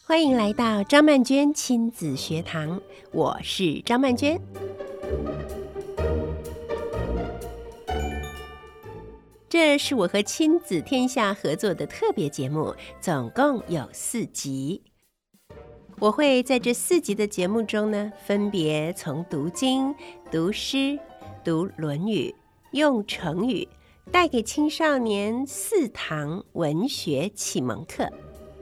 欢迎来到张曼娟亲子学堂，我是张曼娟。这是我和亲子天下合作的特别节目，总共有4集。我会在这4集的节目中呢，分别从读经、读诗、读《论语》、用成语，带给青少年4堂文学启蒙课。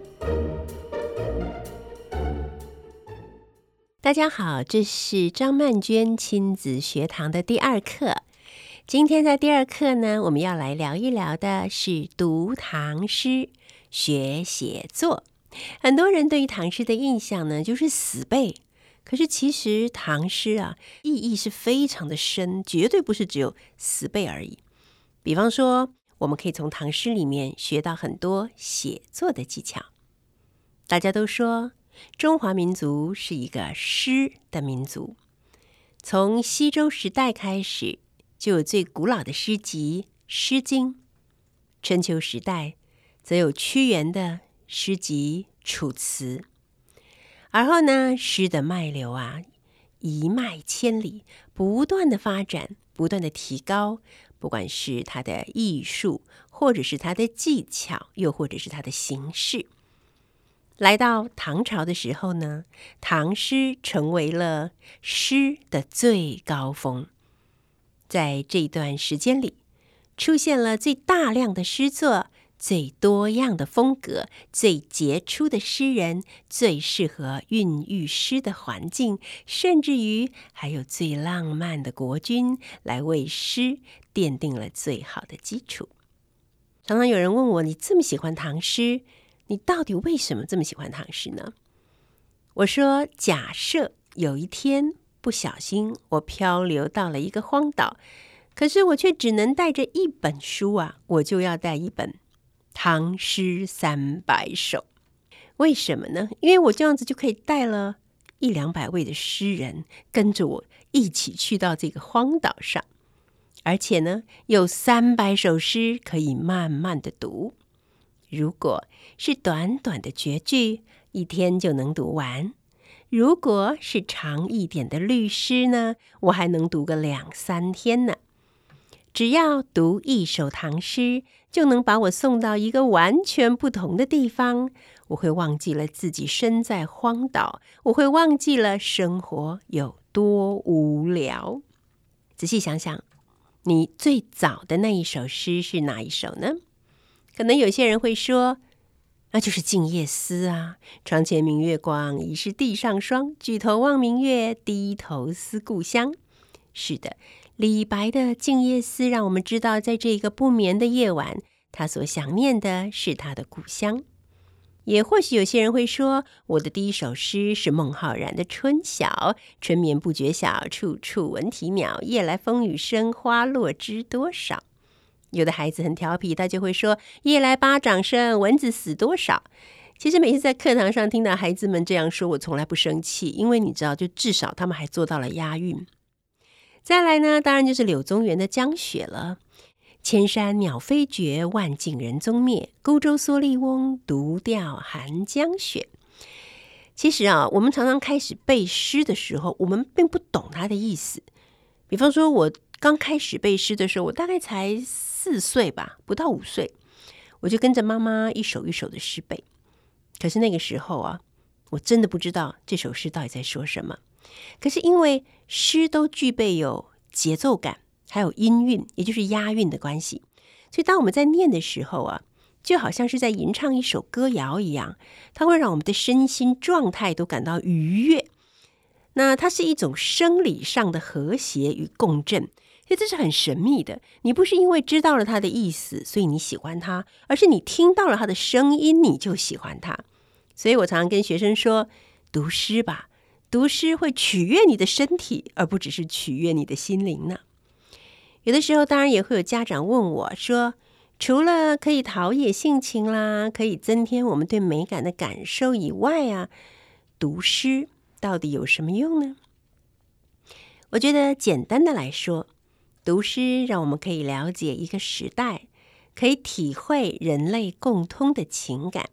大家好，这是张曼娟亲子学堂的第2课。今天在第2课呢，我们要来聊一聊的是读唐诗、学写作。很多人对于唐诗的印象呢，就是死背。可是其实唐诗啊，意义是非常的深，绝对不是只有死背而已。比方说，我们可以从唐诗里面学到很多写作的技巧。大家都说中华民族是一个诗的民族，从西周时代开始，就有最古老的诗集《诗经》，春秋时代则有屈原的诗集《楚辞》。而后呢，诗的脉流啊，一脉千里，不断的发展，不断的提高，不管是它的艺术，或者是它的技巧，又或者是它的形式。来到唐朝的时候呢，唐诗成为了诗的最高峰。在这段时间里，出现了最大量的诗作，最多样的风格，最杰出的诗人，最适合孕育诗的环境，甚至于还有最浪漫的国君来为诗奠定了最好的基础。常常有人问我，你这么喜欢唐诗，你到底为什么这么喜欢唐诗呢？我说，假设有一天不小心我漂流到了一个荒岛，可是我却只能带着一本书啊，我就要带一本唐诗300首。为什么呢？因为我这样子就可以带了100-200位的诗人跟着我一起去到这个荒岛上，而且呢，有300首诗可以慢慢的读。如果是短短的绝句，1天就能读完；如果是长一点的律诗呢，我还能读个2-3天呢。只要读1首唐诗，就能把我送到一个完全不同的地方。我会忘记了自己身在荒岛，我会忘记了生活有多无聊。仔细想想，你最早的那一首诗是哪一首呢？可能有些人会说，那就是《静夜思》啊，床前明月光，疑是地上霜。举头望明月，低头思故乡。是的，李白的《静夜思》让我们知道，在这个不眠的夜晚，他所想念的是他的故乡。也或许有些人会说，我的第一首诗是孟浩然的《春晓》，春眠不觉晓，处处闻啼鸟，夜来风雨声，花落知多少。有的孩子很调皮，他就会说，夜来巴掌声，蚊子死多少。其实每次在课堂上听到孩子们这样说，我从来不生气，因为你知道，就至少他们还做到了押韵。再来呢，当然就是柳宗元的《江雪》了。千山鸟飞绝，万径人踪灭，孤舟蓑笠翁，独钓寒江雪。其实啊，我们常常开始背诗的时候，我们并不懂它的意思。比方说，我刚开始背诗的时候，我大概才4岁吧，不到5岁，我就跟着妈妈一首一首的诗背。可是那个时候啊，我真的不知道这首诗到底在说什么。可是因为诗都具备有节奏感，还有音韵，也就是押韵的关系，所以当我们在念的时候啊，就好像是在吟唱一首歌谣一样，它会让我们的身心状态都感到愉悦。那它是一种生理上的和谐与共振，所以这是很神秘的。你不是因为知道了它的意思，所以你喜欢它，而是你听到了它的声音，你就喜欢它。所以我常常跟学生说，读诗吧，读诗会取悦你的身体，而不只是取悦你的心灵呢。有的时候当然也会有家长问我说，除了可以陶冶性情啦，可以增添我们对美感的感受以外啊，读诗到底有什么用呢？我觉得简单的来说，读诗让我们可以了解一个时代，可以体会人类共通的情感。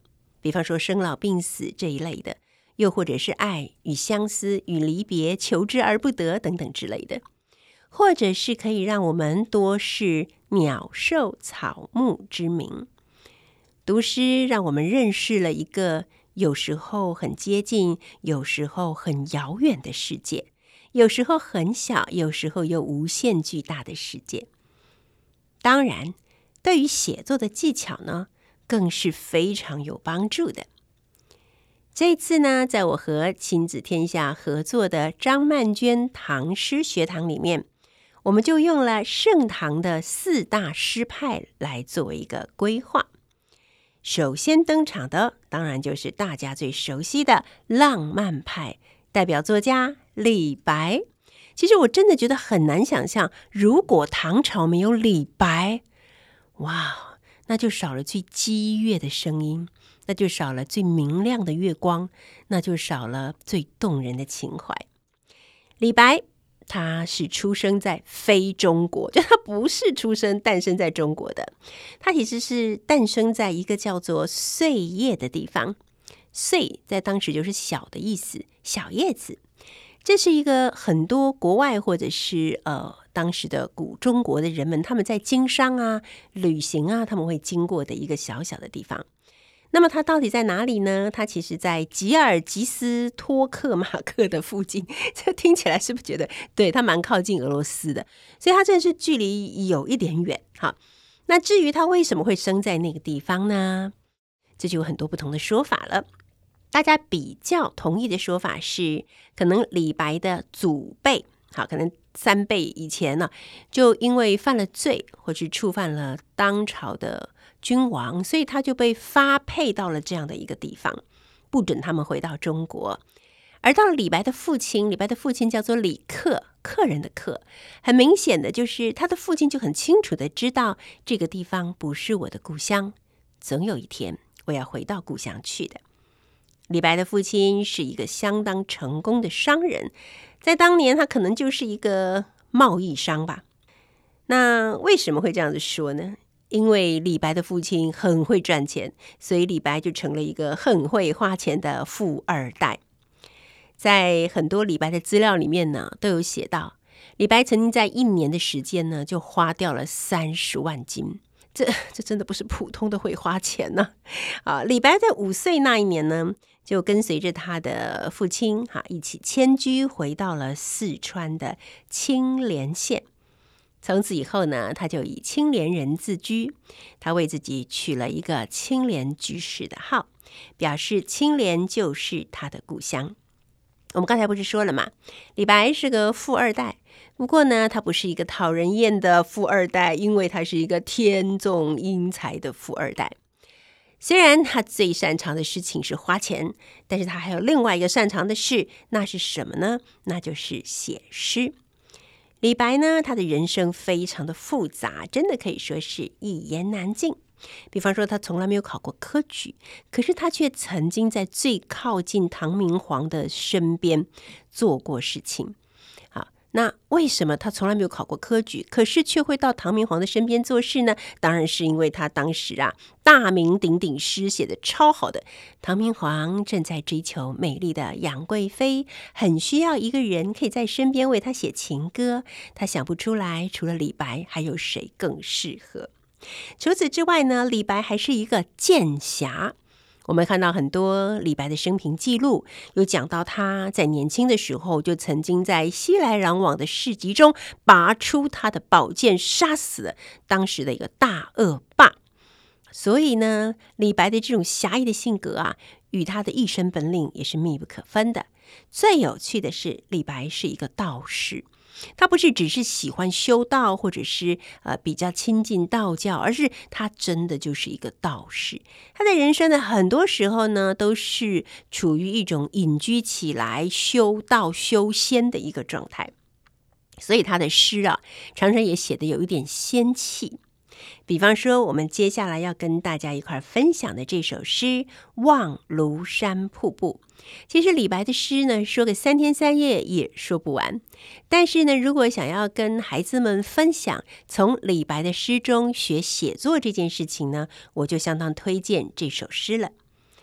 比方说生老病死这一类的，又或者是爱与相思与离别，求之而不得等等之类的，或者是可以让我们多视鸟兽草木之名。读诗让我们认识了一个有时候很接近，有时候很遥远的世界，有时候很小，有时候又无限巨大的世界。当然，对于写作的技巧呢，更是非常有帮助的。这一次呢，在我和亲子天下合作的张曼娟唐诗学堂里面，我们就用了盛唐的4大诗派来作为一个规划。首先登场的当然就是大家最熟悉的浪漫派，代表作家李白。其实我真的觉得很难想象，如果唐朝没有李白，哇，那就少了最激越的声音，那就少了最明亮的月光，那就少了最动人的情怀。李白他是出生在非中国，就他不是诞生在中国的，他其实是诞生在一个叫做碎叶的地方。碎在当时就是小的意思，小叶子。这是一个很多国外或者是当时的古中国的人们，他们在经商啊、旅行啊，他们会经过的一个小小的地方。那么它到底在哪里呢？它其实在吉尔吉斯托克马克的附近，这听起来是不是觉得对它蛮靠近俄罗斯的？所以它真的是距离有一点远。好，那至于它为什么会生在那个地方呢？这就有很多不同的说法了。大家比较同意的说法是，可能李白的祖辈，好，可能3辈以前呢，就因为犯了罪，或是触犯了当朝的君王，所以他就被发配到了这样的一个地方，不准他们回到中国。而到了李白的父亲，李白的父亲叫做李克，客人的客，很明显的就是他的父亲就很清楚的知道这个地方不是我的故乡，总有一天我要回到故乡去的。李白的父亲是一个相当成功的商人，在当年他可能就是一个贸易商吧。那为什么会这样子说呢？因为李白的父亲很会赚钱，所以李白就成了一个很会花钱的富二代。在很多李白的资料里面呢，都有写到，李白曾经在1年的时间呢，就花掉了30万金。这真的不是普通的会花钱呢。李白在5岁那一年呢，就跟随着他的父亲一起迁居回到了四川的青莲县。从此以后呢，他就以青莲人自居，他为自己取了一个青莲居士的号，表示青莲就是他的故乡。我们刚才不是说了吗？李白是个富二代，不过呢，他不是一个讨人厌的富二代，因为他是一个天纵英才的富二代。虽然他最擅长的事情是花钱，但是他还有另外一个擅长的事，那是什么呢？那就是写诗。李白呢，他的人生非常的复杂，真的可以说是一言难尽。比方说他从来没有考过科举，可是他却曾经在最靠近唐明皇的身边做过事情。好，那为什么他从来没有考过科举，可是却会到唐明皇的身边做事呢？当然是因为他当时大名鼎鼎，诗写得超好的。唐明皇正在追求美丽的杨贵妃，很需要一个人可以在身边为他写情歌，他想不出来除了李白还有谁更适合。除此之外呢，李白还是一个剑侠。我们看到很多李白的生平记录，有讲到他在年轻的时候就曾经在熙来攘往的市集中拔出他的宝剑，杀死了当时的一个大恶霸。所以呢，李白的这种侠义的性格与他的一身本领也是密不可分的。最有趣的是，李白是一个道士。他不是只是喜欢修道，或者是比较亲近道教，而是他真的就是一个道士。他在人生的很多时候呢，都是处于一种隐居起来修道修仙的一个状态，所以他的诗常常也写得有一点仙气。比方说我们接下来要跟大家一块分享的这首诗《望庐山瀑布》，其实李白的诗呢，说个3天3夜也说不完。但是呢，如果想要跟孩子们分享从李白的诗中学写作这件事情呢，我就相当推荐这首诗了。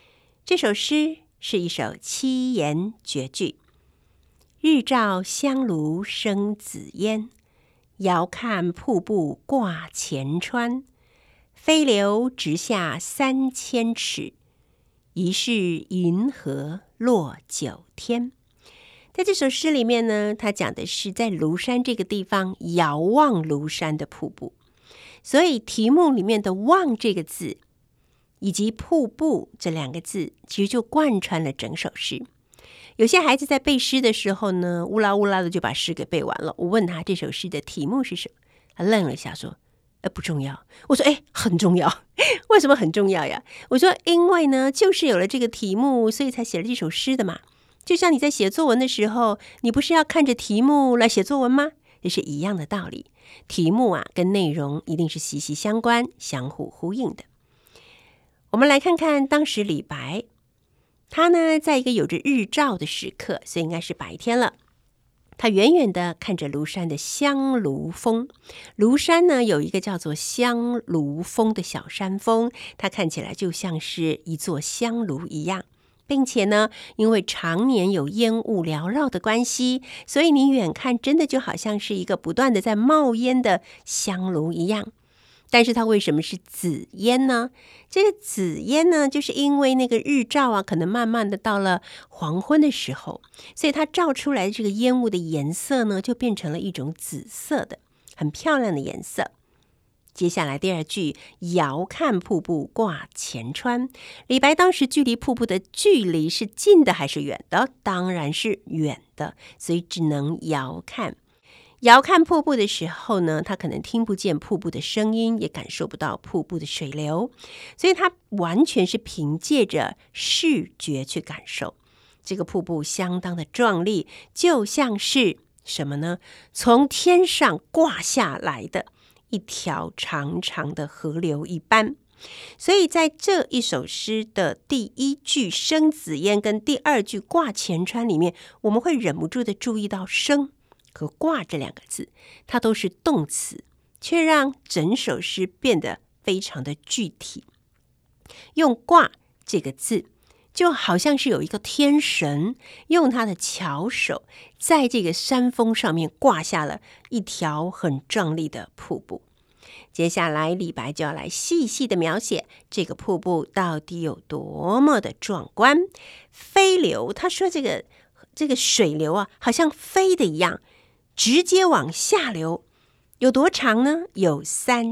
这首诗是一首七言绝句。日照香炉生紫烟，遥看瀑布挂前川。飞流直下3000尺，疑是银河落9天。在这首诗里面呢，它讲的是在庐山这个地方遥望庐山的瀑布，所以题目里面的望这个字以及瀑布这2个字其实就贯穿了整首诗。有些孩子在背诗的时候呢，乌拉乌拉的就把诗给背完了。我问他这首诗的题目是什么，他愣了一下说不重要。我说很重要。为什么很重要呀？我说因为呢就是有了这个题目，所以才写了这首诗的嘛。就像你在写作文的时候，你不是要看着题目来写作文吗？这是一样的道理。题目跟内容一定是息息相关，相互呼应的。我们来看看当时李白，他呢在一个有着日照的时刻，所以应该是白天了。他远远的看着庐山的香炉峰，庐山呢有一个叫做香炉峰的小山峰，它看起来就像是一座香炉一样，并且呢因为常年有烟雾缭绕的关系，所以你远看真的就好像是一个不断的在冒烟的香炉一样。但是它为什么是紫烟呢？这个紫烟呢，就是因为那个日照可能慢慢的到了黄昏的时候，所以它照出来的这个烟雾的颜色呢，就变成了一种紫色的，很漂亮的颜色。接下来第2句，遥看瀑布挂前川。李白当时距离瀑布的距离是近的还是远的？当然是远的，所以只能遥看。遥看瀑布的时候呢，他可能听不见瀑布的声音，也感受不到瀑布的水流，所以他完全是凭借着视觉去感受。这个瀑布相当的壮丽，就像是什么呢？从天上挂下来的一条长长的河流一般。所以在这一首诗的第1句生紫烟跟第2句挂前川里面，我们会忍不住的注意到生和挂这2个字，它都是动词，却让整首诗变得非常的具体。用挂这个字，就好像是有一个天神用他的巧手在这个山峰上面挂下了一条很壮丽的瀑布。接下来李白就要来细细的描写这个瀑布到底有多么的壮观。飞流，他说这个水流好像飞的一样，直接往下流，有多长呢？有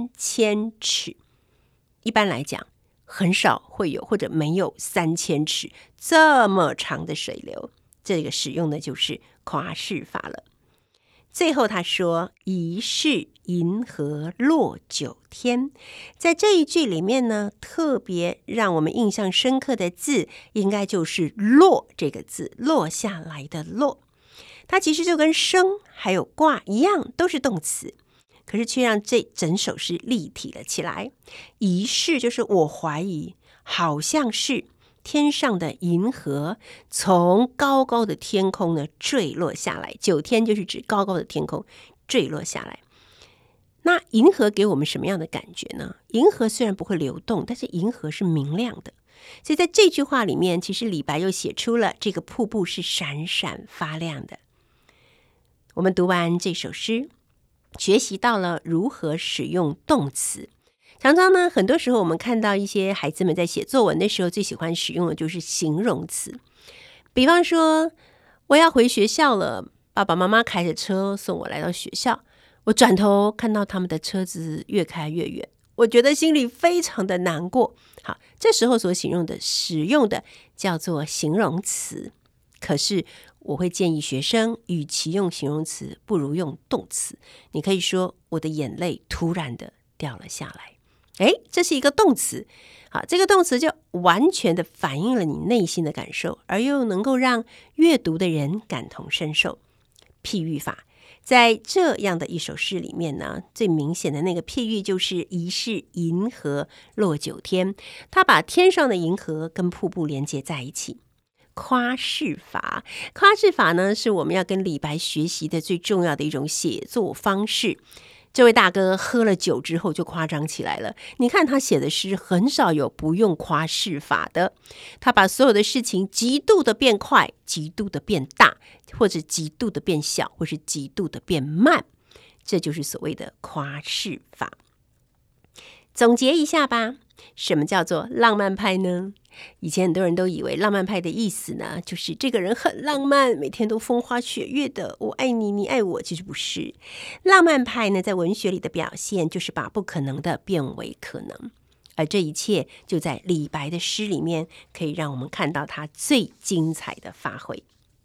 3000尺。一般来讲很少会有或者没有3000尺这么长的水流，这个使用的就是夸饰法了。最后他说疑是银河落9天。在这一句里面呢，特别让我们印象深刻的字应该就是落这个字，落下来的落。它其实就跟生还有挂一样，都是动词，可是却让这整首诗立体了起来。疑是就是我怀疑，好像是天上的银河从高高的天空呢坠落下来，9天就是指高高的天空坠落下来。那银河给我们什么样的感觉呢？银河虽然不会流动，但是银河是明亮的。所以在这句话里面，其实李白又写出了这个瀑布是闪闪发亮的。我们读完这首诗，学习到了如何使用动词。常常呢，很多时候我们看到一些孩子们在写作文的时候，最喜欢使用的就是形容词。比方说，我要回学校了，爸爸妈妈开着车送我来到学校，我转头看到他们的车子越开越远，我觉得心里非常的难过。好，这时候所使用的叫做形容词。可是我会建议学生，与其用形容词，不如用动词。你可以说我的眼泪突然的掉了下来。这是一个动词。好，这个动词就完全的反映了你内心的感受，而又能够让阅读的人感同身受。譬喻法，在这样的一首诗里面呢，最明显的那个譬喻就是疑是银河落9天，他把天上的银河跟瀑布连接在一起。夸饰法，夸饰法呢是我们要跟李白学习的最重要的一种写作方式。 这位大哥喝了酒之后就夸张起来了。你看他写的诗很少有不用夸饰法的，他把所有的事情极度的变快，极度的变大，或者极度的变小，或是极度的变慢，这就是所谓的夸饰法。总结一下吧，什么叫做浪漫派呢？以前很多人都以为浪漫派的意思呢，就是这个人很浪漫，每天都风花雪月的，我爱你，你爱我。其实不是，浪漫派呢，在文学里的表现就是把不可能的变为可能，而这一切就在李白的诗里面，可以让我们看到他最精彩的发挥。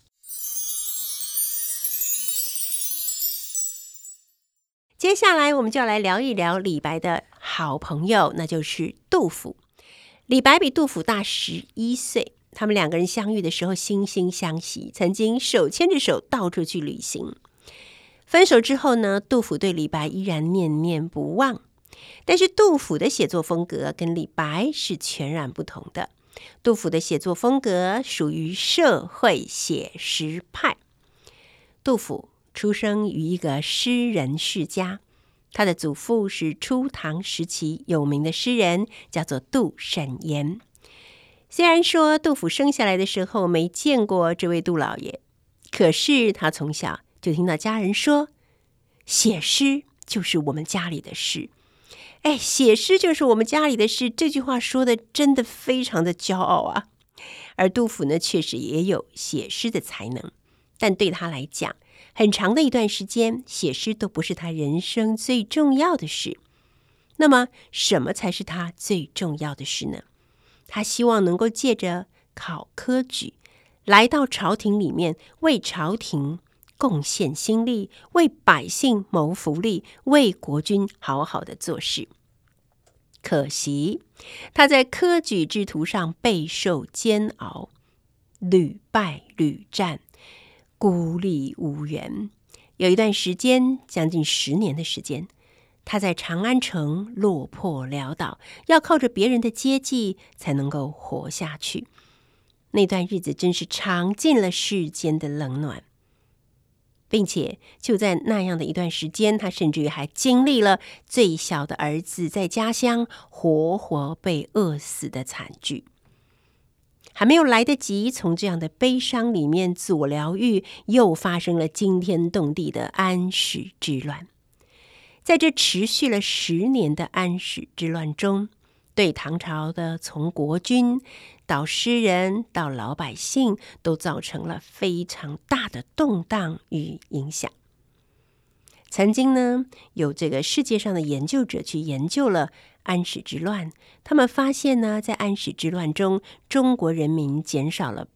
接下来我们就要来聊一聊李白的好朋友，那就是杜甫。李白比杜甫大11岁，他们两个人相遇的时候惺惺相惜，曾经手牵着手到处去旅行。分手之后呢，杜甫对李白依然念念不忘，但是杜甫的写作风格跟李白是全然不同的。杜甫的写作风格属于社会写实派。杜甫出生于一个诗人世家，他的祖父是初唐时期有名的诗人，叫做杜审言。虽然说杜甫生下来的时候没见过这位杜老爷，可是他从小就听到家人说，写诗就是我们家里的事。写诗就是我们家里的事，这句话说的真的非常的骄傲啊。而杜甫呢，确实也有写诗的才能，但对他来讲，很长的一段时间，写诗都不是他人生最重要的事。那么，什么才是他最重要的事呢？他希望能够借着考科举，来到朝廷里面，为朝廷贡献心力，为百姓谋福利，为国君好好的做事。可惜，他在科举之途上备受煎熬，屡败屡战，孤立无援。有一段时间，将近10年的时间，他在长安城落魄潦倒，要靠着别人的接济才能够活下去。那段日子真是尝尽了世间的冷暖，并且就在那样的一段时间，他甚至于还经历了最小的儿子在家乡活活被饿死的惨剧。还没有来得及从这样的悲伤里面自我疗愈，又发生了惊天动地的安史之乱。在这持续了10年的安史之乱中，对唐朝的从国君到诗人到老百姓都造成了非常大的动荡与影响。曾经呢，有这个世界上的研究者去研究了安史之乱，他们发现呢，在安史之乱中，中国人民减少了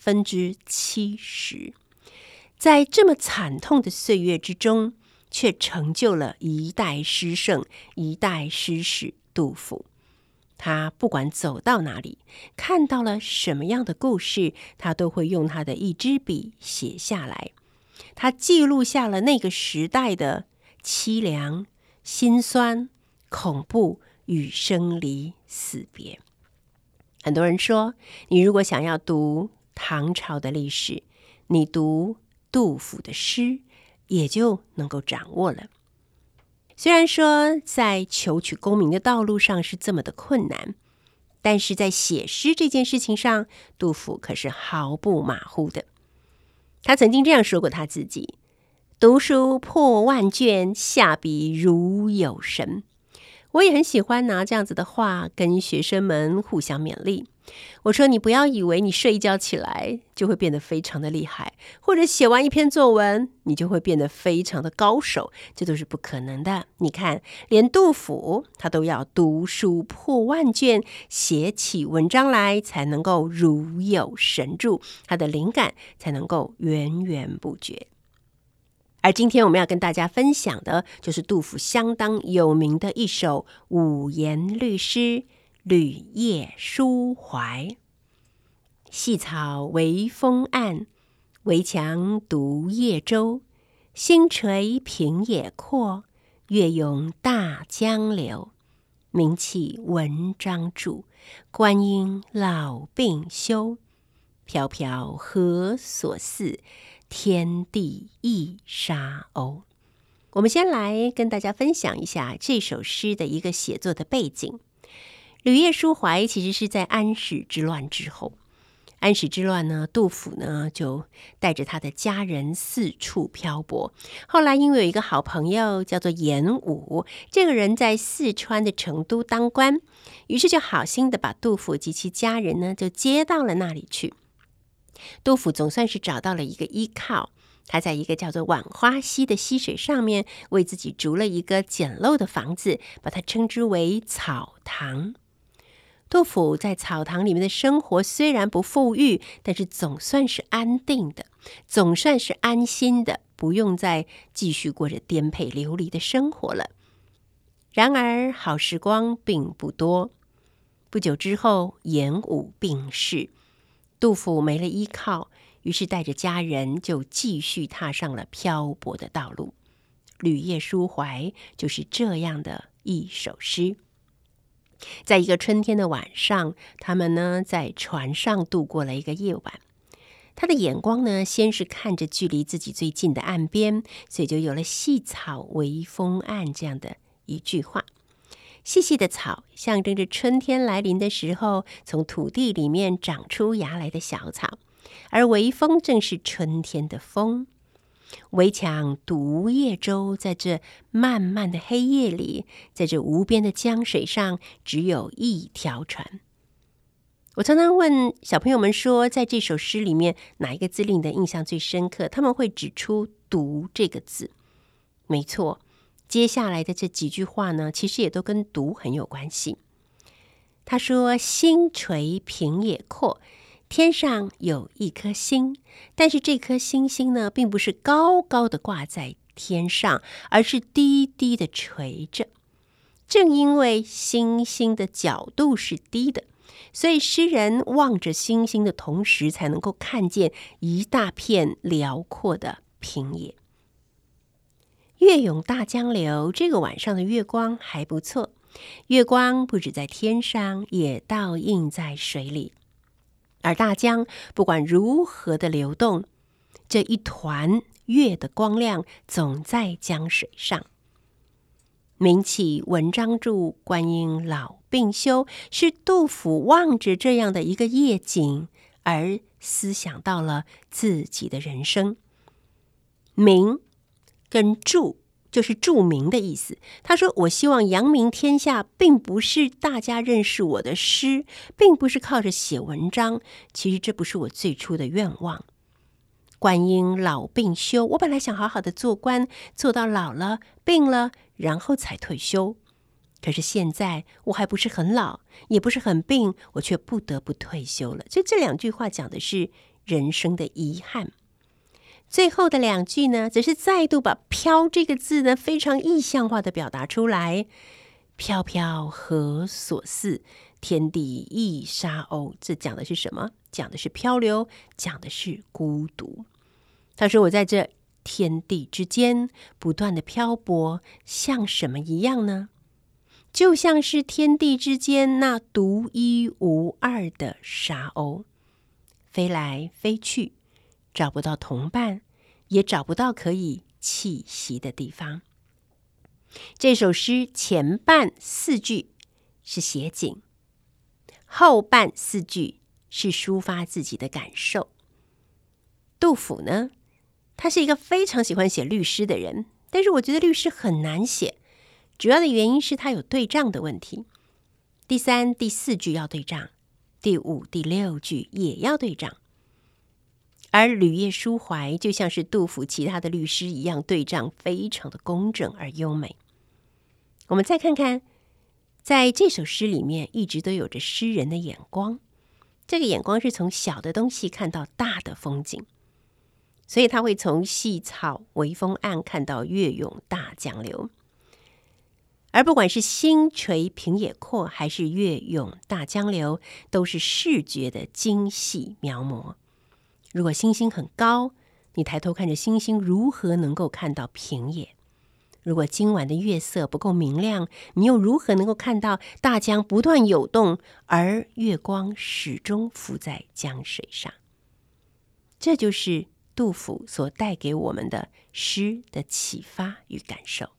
70%。在这么惨痛的岁月之中，却成就了一代诗圣、一代诗史杜甫。他不管走到哪里，看到了什么样的故事，他都会用他的一支笔写下来。他记录下了那个时代的凄凉、辛酸、恐怖与生离死别。很多人说，你如果想要读唐朝的历史，你读杜甫的诗也就能够掌握了。虽然说在求取功名的道路上是这么的困难，但是在写诗这件事情上，杜甫可是毫不马虎的。他曾经这样说过他自己：读书破万卷，下笔如有神。我也很喜欢拿这样子的话跟学生们互相勉励。我说，你不要以为你睡一觉起来就会变得非常的厉害，或者写完一篇作文你就会变得非常的高手，这都是不可能的。你看，连杜甫他都要读书破万卷，写起文章来才能够如有神助，他的灵感才能够源源不绝。而今天我们要跟大家分享的就是杜甫相当有名的一首五言律诗《旅夜抒怀》。细草微风岸，围墙独夜舟。星垂平野阔，月涌大江流。名器文章著，观音老病休。飘飘何所似，天地一沙鸥。 我们先来跟大家分享一下这首诗的一个写作的背景。旅夜抒怀其实是在安史之乱之后。安史之乱呢，杜甫呢就带着他的家人四处漂泊。后来因为有一个好朋友叫做严武，这个人在四川的成都当官，于是就好心的把杜甫及其家人呢就接到了那里去。杜甫总算是找到了一个依靠，他在一个叫做浣花溪的溪水上面为自己筑了一个简陋的房子，把它称之为草堂。杜甫在草堂里面的生活虽然不富裕，但是总算是安定的，总算是安心的，不用再继续过着颠沛流离的生活了。然而好时光并不多，不久之后严武病逝，杜甫没了依靠，于是带着家人就继续踏上了漂泊的道路。旅夜抒怀就是这样的一首诗。在一个春天的晚上，他们呢在船上度过了一个夜晚。他的眼光呢，先是看着距离自己最近的岸边，所以就有了细草微风岸这样的一句话。细细的草象征着春天来临的时候，从土地里面长出芽来的小草，而微风正是春天的风。围墙独夜舟，在这漫漫的黑夜里，在这无边的江水上，只有一条船。我常常问小朋友们说，在这首诗里面哪一个字令你的印象最深刻？他们会指出独这个字。没错，接下来的这几句话呢，其实也都跟独很有关系。他说星垂平野阔，天上有一颗星，但是这颗星星呢，并不是高高的挂在天上，而是低低的垂着。正因为星星的角度是低的，所以诗人望着星星的同时，才能够看见一大片辽阔的平野。月涌大江流，这个晚上的月光还不错，月光不止在天上，也倒映在水里。而大江不管如何的流动，这一团月的光亮总在江水上。名启文章著，观音老病休，是杜甫望着这样的一个夜景而思想到了自己的人生。名跟著就是著名的意思。他说我希望扬名天下，并不是大家认识我的诗，并不是靠着写文章，其实这不是我最初的愿望。观音老病休，我本来想好好的做官，做到老了病了，然后才退休。可是现在我还不是很老，也不是很病，我却不得不退休了。所以这两句话讲的是人生的遗憾。最后的两句呢，则是再度把飘这个字呢非常意象化的表达出来。飘飘何所似，天地一沙鸥。这讲的是什么？讲的是漂流，讲的是孤独。他说我在这天地之间不断的漂泊，像什么一样呢？就像是天地之间那独一无二的沙鸥，飞来飞去，找不到同伴，也找不到可以栖息的地方。这首诗前半4句是写景，后半4句是抒发自己的感受。杜甫呢，他是一个非常喜欢写律诗的人，但是我觉得律诗很难写，主要的原因是他有对仗的问题。第3、第4句要对仗，第5、第6句也要对仗。而旅夜抒怀就像是杜甫其他的律诗一样，对仗非常的工整而优美。我们再看看，在这首诗里面一直都有着诗人的眼光，这个眼光是从小的东西看到大的风景，所以他会从细草微风岸看到月涌大江流。而不管是星垂平野阔，还是月涌大江流，都是视觉的精细描摹。如果星星很高，你抬头看着星星，如何能够看到平野？如果今晚的月色不够明亮，你又如何能够看到大江不断涌动，而月光始终浮在江水上？这就是杜甫所带给我们的诗的启发与感受。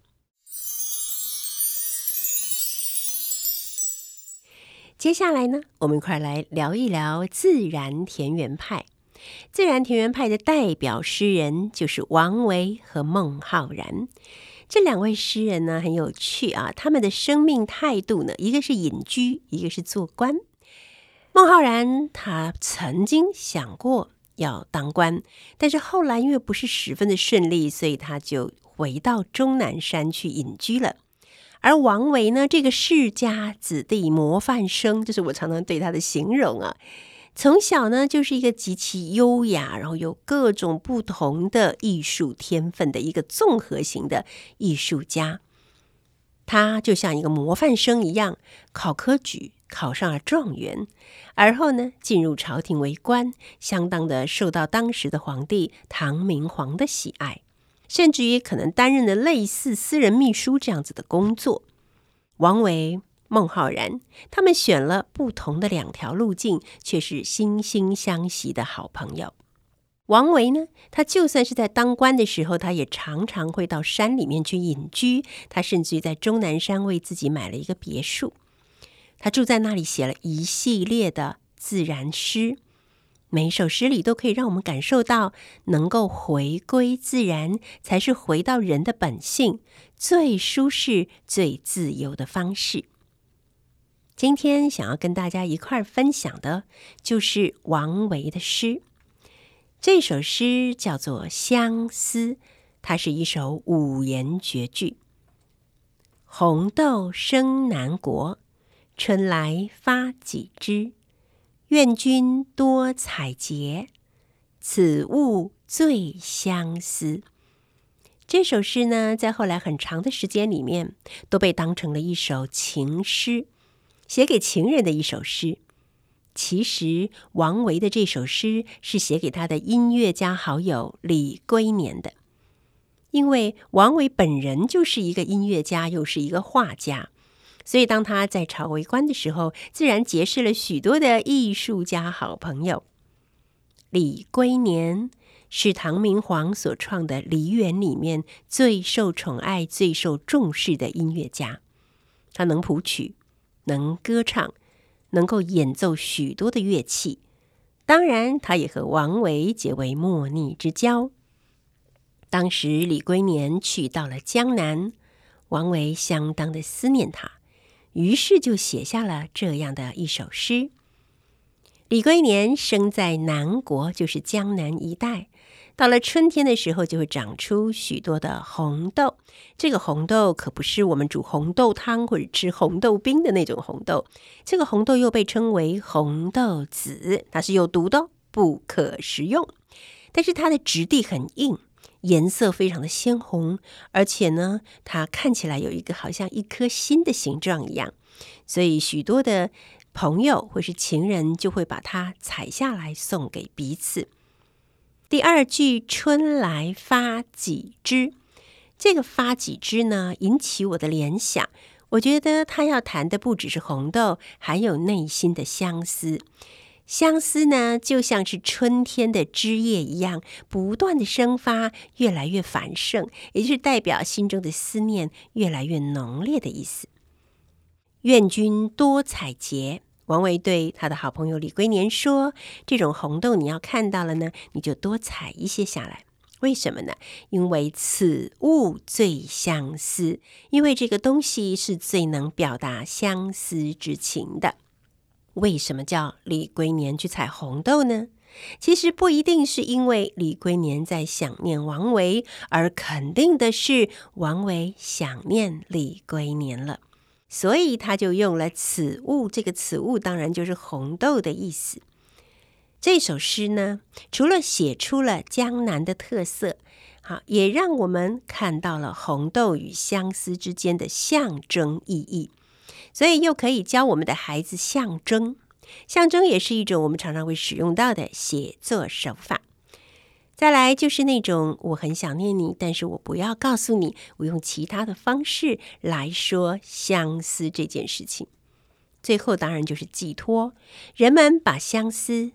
接下来呢，我们一块来聊一聊自然田园派。自然田园派的代表诗人就是王维和孟浩然。这两位诗人呢很有趣啊，他们的生命态度呢，一个是隐居，一个是做官。孟浩然他曾经想过要当官，但是后来因为不是十分的顺利，所以他就回到终南山去隐居了。而王维呢，这个世家子弟模范生，这是我常常对他的形容啊。从小呢就是一个极其优雅，然后有各种不同的艺术天分的一个综合型的艺术家。他就像一个模范生一样，考科举考上了状元，而后呢进入朝廷为官，相当的受到当时的皇帝唐明皇的喜爱，甚至于可能担任了类似私人秘书这样子的工作。王维、孟浩然他们选了不同的两条路径，却是惺惺相惜的好朋友。王维呢，他就算是在当官的时候，他也常常会到山里面去隐居，他甚至于在终南山为自己买了一个别墅，他住在那里，写了一系列的自然诗，每一首诗里都可以让我们感受到能够回归自然，才是回到人的本性最舒适最自由的方式。今天想要跟大家一块分享的就是王维的诗。这首诗叫做《相思》，它是一首五言绝句。红豆生南国，春来发几枝。愿君多采撷，此物最相思。这首诗呢，在后来很长的时间里面，都被当成了一首情诗，写给情人的一首诗。其实王维的这首诗是写给他的音乐家好友李龟年的，因为王维本人就是一个音乐家，又是一个画家，所以当他在朝为官的时候，自然结识了许多的艺术家好朋友。李龟年是唐明皇所创的梨园里面最受宠爱、最受重视的音乐家，他能谱曲，能歌唱，能够演奏许多的乐器，当然他也和王维结为莫逆之交。当时李龟年去到了江南，王维相当的思念他，于是就写下了这样的一首诗。李龟年生在南国，就是江南一带，到了春天的时候就会长出许多的红豆。这个红豆可不是我们煮红豆汤或者吃红豆冰的那种红豆，这个红豆又被称为红豆籽，它是有毒的，不可食用。但是它的质地很硬，颜色非常的鲜红，而且呢，它看起来有一个好像一颗心的形状一样，所以许多的朋友或是情人就会把它采下来送给彼此。第二句春来发几枝，这个发几枝呢，引起我的联想，我觉得他要谈的不只是红豆，还有内心的相思。相思呢，就像是春天的枝叶一样，不断的生发，越来越繁盛，也就是代表心中的思念越来越浓烈的意思。愿君多采撷，王维对他的好朋友李龟年说，这种红豆你要看到了呢，你就多采一些下来。为什么呢？因为此物最相思，因为这个东西是最能表达相思之情的。为什么叫李龟年去采红豆呢？其实不一定是因为李龟年在想念王维，而肯定的是王维想念李龟年了，所以他就用了此物，这个此物当然就是红豆的意思。这首诗呢，除了写出了江南的特色，也让我们看到了红豆与相思之间的象征意义，所以又可以教我们的孩子象征。象征也是一种我们常常会使用到的写作手法。再来就是那种我很想念你，但是我不要告诉你，我用其他的方式来说相思这件事情。最后当然就是寄托，人们把相思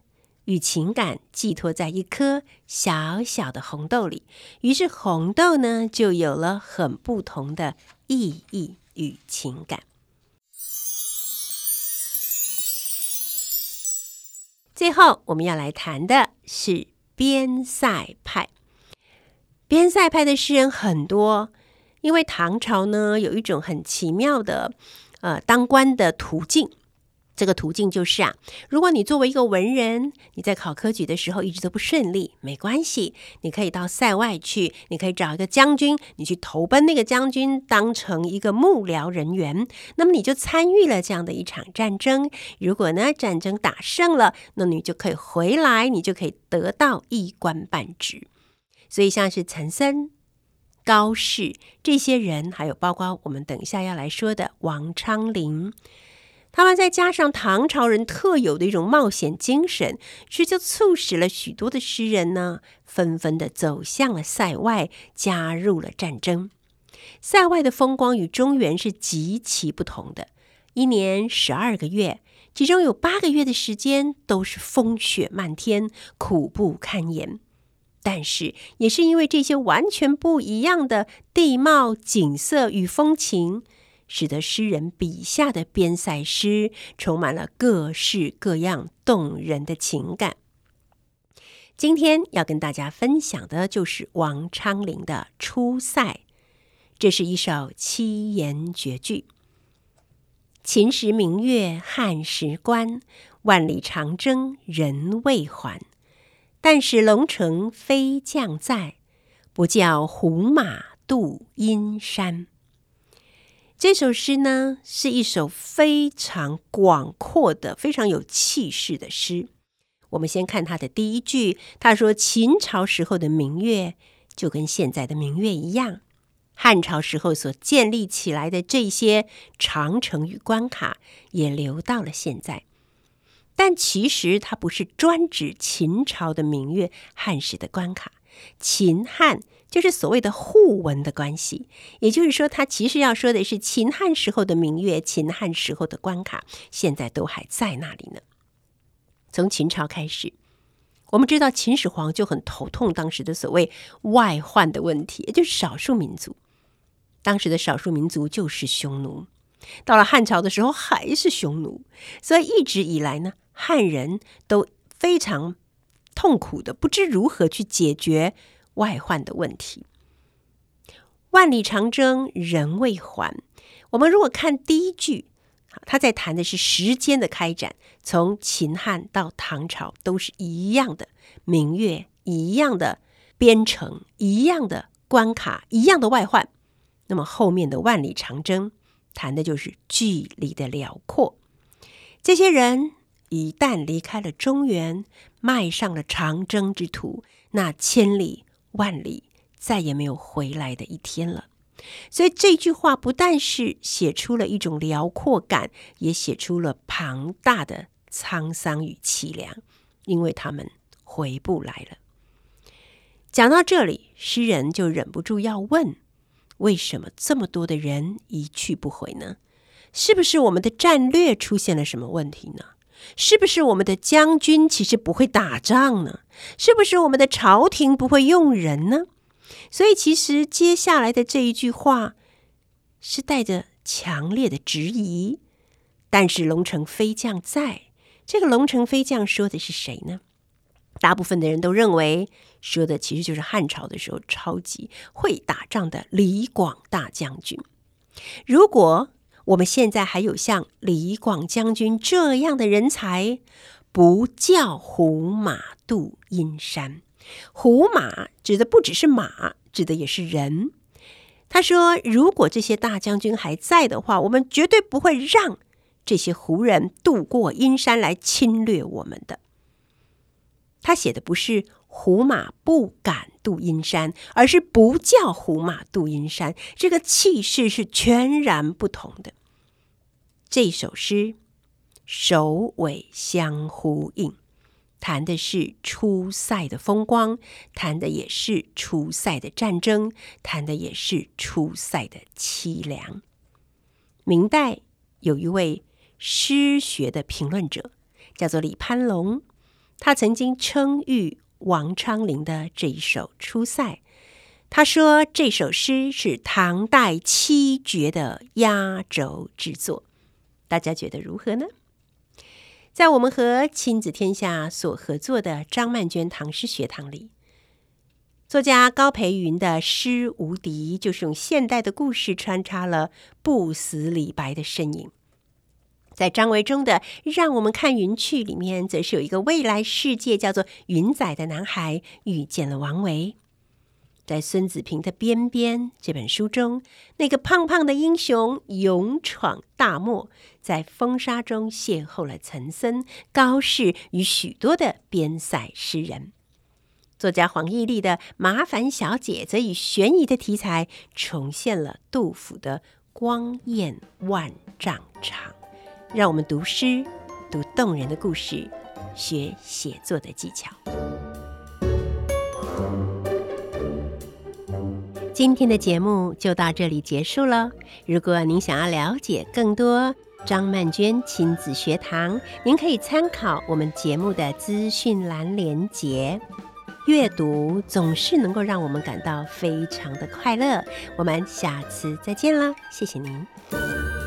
与情感寄托在一颗小小的红豆里，于是红豆呢就有了很不同的意义与情感。最后我们要来谈的是边塞派。边塞派的诗人很多，因为唐朝呢有一种很奇妙的当官的途径。这个途径就是如果你作为一个文人，你在考科举的时候一直都不顺利，没关系，你可以到塞外去，你可以找一个将军，你去投奔那个将军，当成一个幕僚人员，那么你就参与了这样的一场战争。如果呢战争打胜了，那你就可以回来，你就可以得到一官半职。所以像是岑参、高适这些人，还有包括我们等一下要来说的王昌龄，他们再加上唐朝人特有的一种冒险精神，这就促使了许多的诗人呢，纷纷的走向了塞外，加入了战争。塞外的风光与中原是极其不同的，一年12个月，其中有8个月的时间都是风雪漫天，苦不堪言。但是也是因为这些完全不一样的地貌、景色与风情，使得诗人笔下的边塞诗充满了各式各样动人的情感。今天要跟大家分享的就是王昌龄的《出塞》，这是一首7言绝句。秦时明月汉时关，万里长征人未还。但使龙城飞将在，不教胡马度阴山。这首诗呢，是一首非常广阔的、非常有气势的诗。我们先看它的第一句，他说秦朝时候的明月就跟现在的明月一样，汉朝时候所建立起来的这些长城与关卡也留到了现在。但其实它不是专指秦朝的明月、汉时的关卡，秦汉就是所谓的互文的关系，也就是说它其实要说的是秦汉时候的明月、秦汉时候的关卡现在都还在那里呢。从秦朝开始，我们知道秦始皇就很头痛当时的所谓外患的问题，也就是少数民族。当时的少数民族就是匈奴，到了汉朝的时候还是匈奴，所以一直以来呢，汉人都非常痛苦的，不知如何去解决外患的问题。万里长征人未还，我们如果看第一句，他在谈的是时间的开展，从秦汉到唐朝都是一样的明月，一样的边城，一样的关卡，一样的外患。那么后面的万里长征谈的就是距离的辽阔。这些人一旦离开了中原，迈上了长征之途，那千里万里再也没有回来的一天了。所以这句话不但是写出了一种辽阔感，也写出了庞大的沧桑与凄凉，因为他们回不来了。讲到这里，诗人就忍不住要问，为什么这么多的人一去不回呢？是不是我们的战略出现了什么问题呢？是不是我们的将军其实不会打仗呢？是不是我们的朝廷不会用人呢？所以其实接下来的这一句话是带着强烈的质疑。但是龙城飞将在，这个龙城飞将说的是谁呢？大部分的人都认为说的其实就是汉朝的时候超级会打仗的李广大将军。如果我们现在还有像李广将军这样的人才，不教胡马度阴山。胡马指的不只是马，指的也是人。他说如果这些大将军还在的话，我们绝对不会让这些胡人渡过阴山来侵略我们的。他写的不是胡马不敢渡阴山，而是不叫胡马渡阴山，这个气势是全然不同的。这首诗首尾相呼应，谈的是出塞的风光，谈的也是出塞的战争，谈的也是出塞的凄凉。明代有一位诗学的评论者叫做李攀龙， 他曾经称誉王昌龄的这一首《出塞》，他说这首诗是唐代七绝的压轴之作。大家觉得如何呢？在我们和亲子天下所合作的张曼娟唐诗学堂里，作家高培云的诗无敌就是用现代的故事穿插了不死李白的身影。在张维中的让我们看云去里面，则是有一个未来世界叫做云仔的男孩遇见了王维。在孙子平的边边这本书中，那个胖胖的英雄勇闯大漠，在风沙中邂逅了岑参、高适与许多的边塞诗人。作家黄义利的麻烦小姐则以悬疑的题材重现了杜甫的光艳万丈长。让我们读诗，读动人的故事，学写作的技巧。今天的节目就到这里结束了。如果您想要了解更多张曼娟亲子学堂，您可以参考我们节目的资讯栏连结。阅读总是能够让我们感到非常的快乐。我们下次再见了，谢谢您。